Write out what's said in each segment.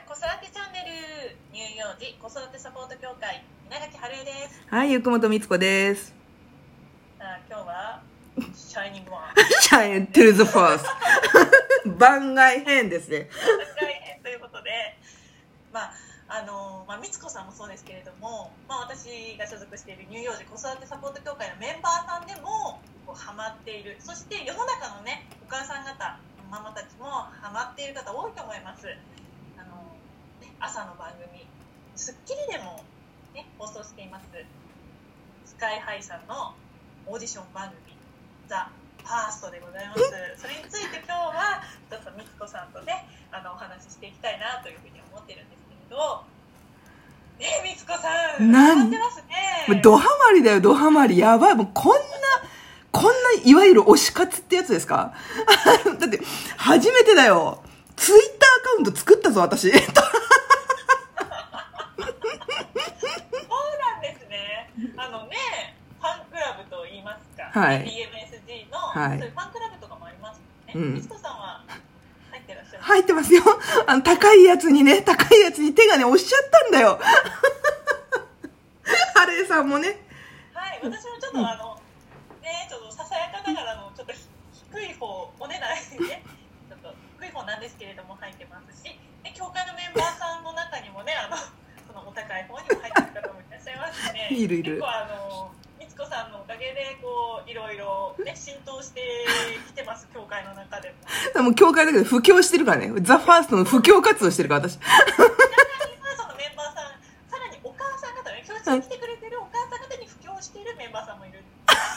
子育てチャンネル乳幼児子育てサポート協会稲垣春恵です。 はい、ゆくもとみつこです。 今日はシャイニングワンシャイントゥーズファースト番外編ですね。 番外編ということで、みつこさんもそうですけれども、私が所属している乳幼児子育てサポート協会のメンバーさんでもハマっている、そして世の中のねお母さん方ママたちもハマっている方多いと思います。朝の番組『スッキリ』でも、放送していますスカイハイさんのオーディション番組『ザ・ファースト』でございます。それについて今日はちょっとみつこさんとねお話ししていきたいなというふうに思ってるんですけれど、みつこさんハマってますね。 ドハマりだよ、ドハマり。やばい。もうこんないわゆる推し活ってやつですかだって初めてだよ。ツイッターアカウント作ったぞ私。 そうなんですね。ファンクラブと言いますか、 はい、 BMSG の、 はい、 そういうファンクラブとかもありますね。みつこさんは入ってらっしゃる？ 入ってますよ。高いやつに手がね押しちゃったんだよ。ハレーさんもね。 はい、私もちょっとちょっとささやかながらのちょっと低い方、お値段ねちょっと低い方なんですけれども入ってますし、協会のメンバーさんの中にもねそのお高い方にも入ってる方もいらっしゃいますしね。 いる結構みつこさんのおかげでこういろいろね浸透してきてます。協会の中でも。 もう協会だけど布教してるからね。ザ・ファーストの布教活動してるから私。 そのメンバーさん、さらにお母さん方ね、教室に来てくれてるお母さん方に布教しているメンバーさんもいる。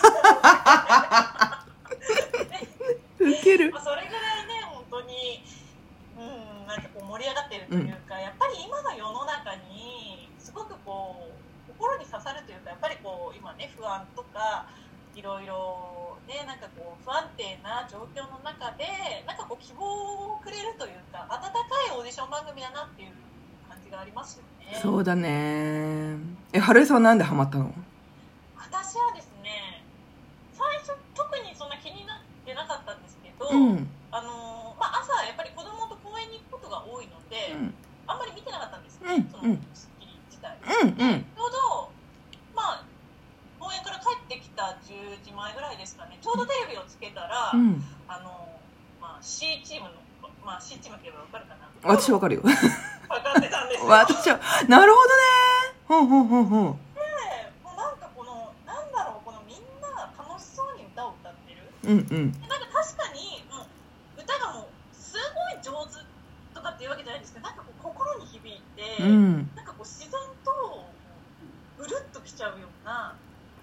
ウケる。 それぐらいね本当になんかこう盛り上がっているというか、やっぱり今の世の中にすごくこう心に刺さるというか、やっぱりこう今ね不安とかいろいろねなんかこう不安定な状況の中でなんかこう希望をくれるというか、温かいオーディション番組だなっていう感じがありますよね。 そうだね。春江さんはなんでハマったの？ 私はですね、最初特にそんな気になってなかったんですけど、朝やっぱり子供と公園に行くことが多いので、あんまり見てなかったんですね、そのスッキリ自体。ちょうど公園から帰ってきた10時前ぐらいですかね、ちょうどテレビをつけたら、C チームの、C チームって言えば分かるかな。 私分かるよ。 分かってたんですよ。 私はなるほどね。 なんかこのみんな楽しそうに歌を歌ってる。なんか確かに、歌がもうすごい上手とかっていうわけじゃないんですけど、なんかこう心に響いて、なんかこう自然とうるっときちゃうような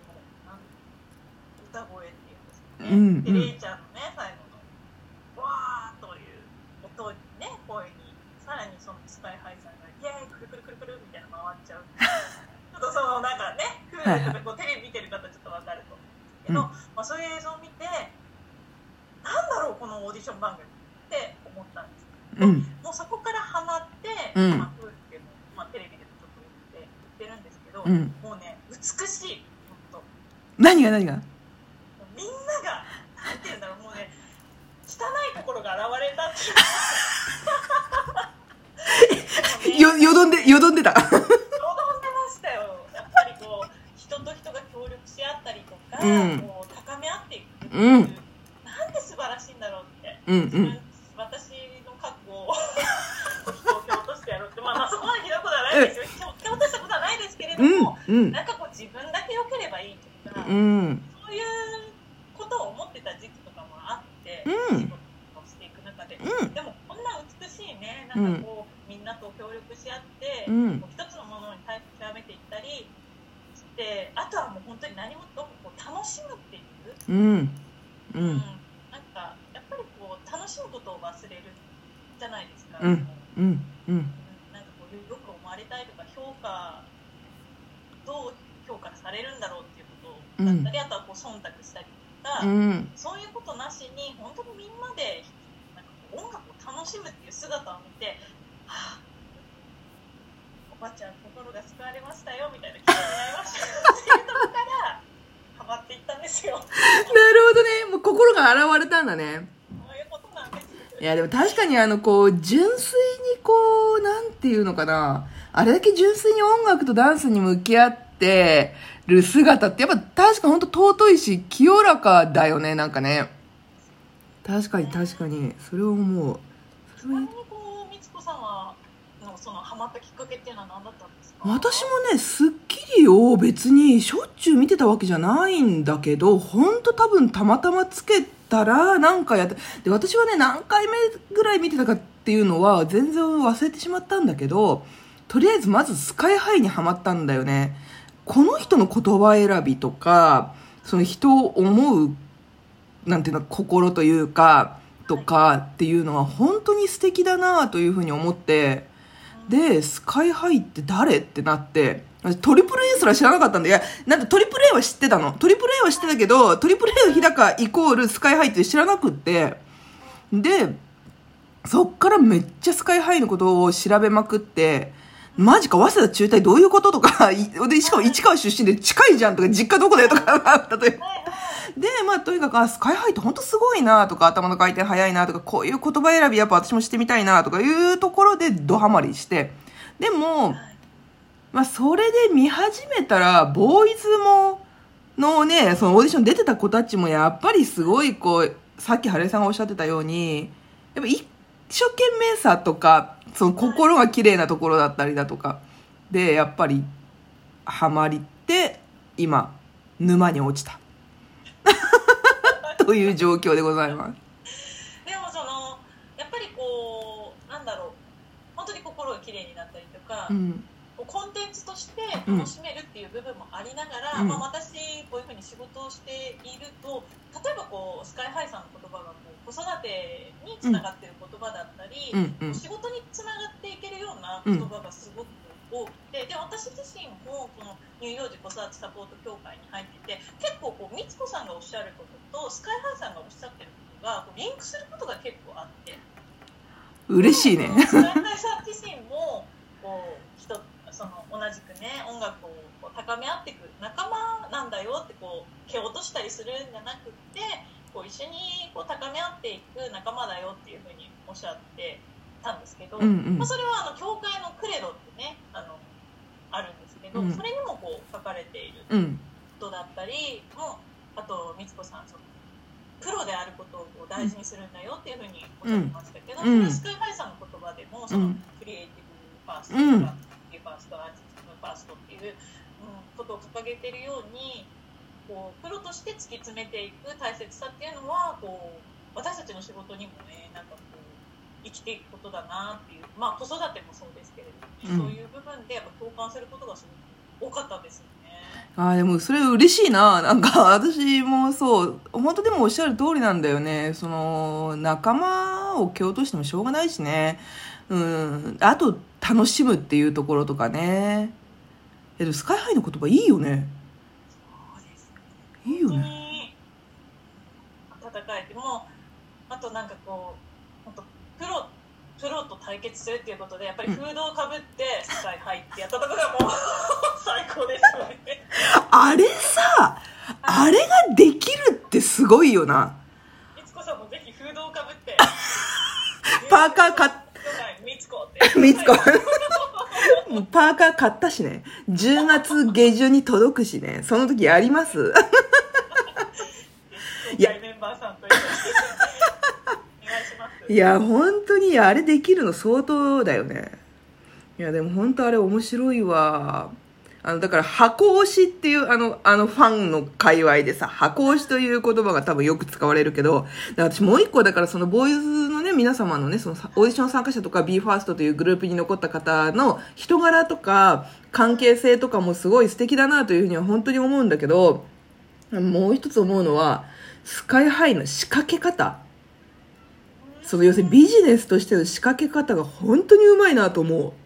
歌声っていうんですかね。でレイちゃんのね最後のわーという音にね声に、さらにそのスカイハイさんがイエーイくるくるくるくるみたいな回っちゃう。ちょっとそのなんかね、こうテレビ見てる方ちょっとわかると思うんですけど、そういう映像を見て、なんだろうこのオーディション番組って思ったんですけど、もうそこからハマって、フーってもテレビでもちょっと言ってるんですけど、もうね美しい本当。 何が？ みんながなんていうんだろう、もうね汚い心が現れたっていう。 よどんでた。 よどんでましたよ。やっぱりこう人と人が協力し合ったりとか、こう高め合っていくっていう、なんで素晴らしいんだろうって、私の覚悟を人を蹴落としてやろうって、そこまでひどいことはないですよ。蹴落としたことはないですけれども、なんかこう自分だけ良ければいいとか、そういうことを思ってた時期とかもあって、仕事をしていく中で、でもこんな美しいね、なんかこうみんなと協力し合って、一つのものに極めていったりして、あとはもう本当に何事もこう楽しむっていう、なんかやっぱりこう楽しむことを忘れるじゃないですか。なんかこうよく思われたいとか、どう評価されるんだろうっていうことだったり、あとはこう忖度したりとか、そういうことなしに本当にみんなでなんかこう音楽を楽しむっていう姿を見て、おばちゃん心が救われましたよみたいな気分になりましたっていうところからハマっていったんですよ。なるほどね。もう心が現れたんだね。 そういうことなんです。 いやでも確かにこう純粋にこうなんていうのかな、あれだけ純粋に音楽とダンスに向き合ってる姿ってやっぱ確か本当尊いし清らかだよね、なんかね。確かに確かに、それを思う。 ちなみにこう、みつこさんはそのハマったきっかけっていうのは何だったんですか？ 私もね、スッキリを別にしょっちゅう見てたわけじゃないんだけど、本当多分たまたまつけたらなんかやって、で、私はね、何回目ぐらい見てたかっていうのは全然忘れてしまったんだけど、とりあえずまずスカイハイにハマったんだよね。この人の言葉選びとか、その人を思う、なんていうの、心というか、とかっていうのは本当に素敵だなというふうに思って、で、スカイハイって誰ってなって、トリプル A すら知らなかったんで、いや、なんかトリプル A は知ってたの。トリプル A は知ってたけど、トリプル A 日高イコールスカイハイって知らなくって、で、そっからめっちゃスカイハイのことを調べまくって、マジか、早稲田中退どういうこととか、で、しかも市川出身で近いじゃんとか、実家どこだよとか、例えば。で、まあ、とにかく、スカイハイって本当すごいなとか、頭の回転早いなとか、こういう言葉選びやっぱ私もしてみたいなとかいうところでドハマりして、でも、まあ、それで見始めたら、ボーイズも、のね、そのオーディション出てた子たちもやっぱりすごいこう、さっき春江さんがおっしゃってたように、やっぱ一生懸命さとか、その心が綺麗なところだったりだとか、で、やっぱり、ハマりって、今、沼に落ちた。という状況でございます。 でもやっぱりこう、なんだろう、本当に心が綺麗になったりとか、コンテンツとして楽しめるっていう部分もありながら、まあ、私こういうふうに仕事をしていると、例えばこうスカイハイさんの言葉がこう子育てにつながっている言葉だったり、仕事につながっていけるような言葉がすごく多くて、で私自身もこの乳幼児子育てサポート協会に入ってて、結構こうみつこさんがおっしゃることとスカイハイさんがおっしゃってることがこうリンクすることが結構あって、 嬉しいね。 スカイハイさん自身もこう同じくね、音楽をこう高め合っていく仲間なんだよって、こう蹴落としたりするんじゃなくってこう一緒にこう高め合っていく仲間だよっていうふうにおっしゃってたんですけど、まあ、それは教会のクレドってね、あるんですけど、それにもこう書かれていることだったりも、あとみつこさんプロであることをこう大事にするんだよっていうふうにおっしゃってましたけど、スカイハイさんの言葉でもクリエイティブファーストとか、ファーストアーティストファーストっていう、ことを掲げているように、こうプロとして突き詰めていく大切さっていうのはこう私たちの仕事にもね、なんかこう生きていくことだなっていう、まあ子育てもそうですけれども、そういう部分でやっぱ共感することがすごく多かったですよね。 でもそれ嬉しいな。なんか私もそう本当でもおっしゃる通りなんだよね。その仲間を蹴落としてもしょうがないしね。あと楽しむっていうところとかね。でもスカイハイの言葉いいよね。 そうですね。 いいよね。 温かい。でもあとなんかこう本当プロと対決するっていうことでやっぱりフードをかぶってスカイハイってやったところがもう最高ですよね。 あれさ、あれができるってすごいよな。 みつこさんもぜひフードをかぶってパーカー買っみつこってみつこもうパーカー買ったしね。10月下旬に届くしね。その時やります。 いやメンバーさんと一緒にお願いします。 いや本当にあれできるの相当だよね。いやでも本当あれ面白いわ。だから箱推しっていうファンの界隈でさ、箱推しという言葉が多分よく使われるけど、私もう一個だからそのボーイズのね皆様のねそのオーディション参加者とか BE:FIRST というグループに残った方の人柄とか関係性とかもすごい素敵だなというふうには本当に思うんだけど、もう一つ思うのはスカイハイの仕掛け方。その要するにビジネスとしての仕掛け方が本当にうまいなと思う。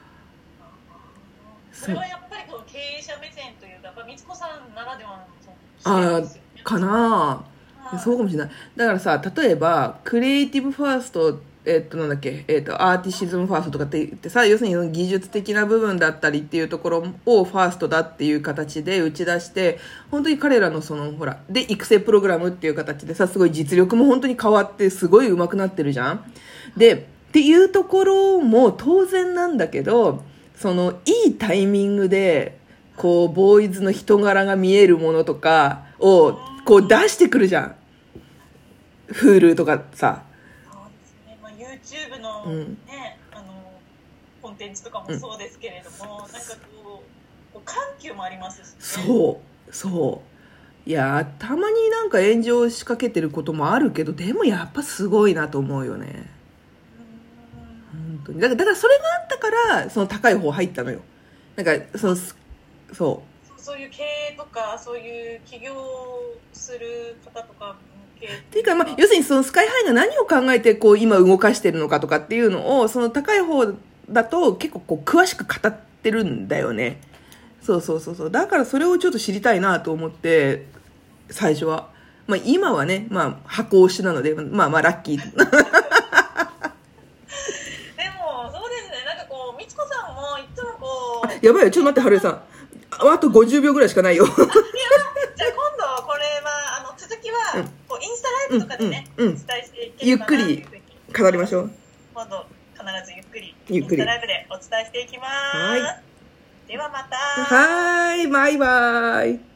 それはやっぱりこの経営者目線というか、みつこさんならではのですよね。 かな、そうかもしれない。だからさ、例えばクリエイティブファースト、なんだっけ、アーティシズムファーストとかって言ってさ、要するに技術的な部分だったりっていうところをファーストだっていう形で打ち出して、本当に彼らのほらで育成プログラムっていう形でさ、すごい実力も本当に変わってすごい上手くなってるじゃん。でっていうところも当然なんだけど、そのいいタイミングでこうボーイズの人柄が見えるものとかをこう出してくるじゃん。Hulu とかさ。 そうですね。まあ YouTube のね、コンテンツとかもそうですけれども、なんかこう緩急もありますしね。 そういやたまになんか炎上しかけてることもあるけど、でもやっぱすごいなと思うよね。本当にだからそれがあったからその高い方入ったのよ。なんかそういう経営とかそういう起業する方とかっていうか、まあ、要するにそのスカイハイが何を考えてこう今動かしてるのかとかっていうのをその高い方だと結構こう詳しく語ってるんだよね。そうだからそれをちょっと知りたいなと思って最初は、まあ、今はね、まあ、箱推しなのでまあラッキー。 でもそうですね、なんかこうみちこさんもいつもこうやばいよ、ちょっと待って春江さん、あと50秒ぐらいしかないよ。 じゃあ今度これは続きはこうインスタライブとかでね、お伝えしていければなというふうに語りましょう。 今度必ずゆっくりインスタライブでお伝えしていきます。ではまた。 はい、バイバイ。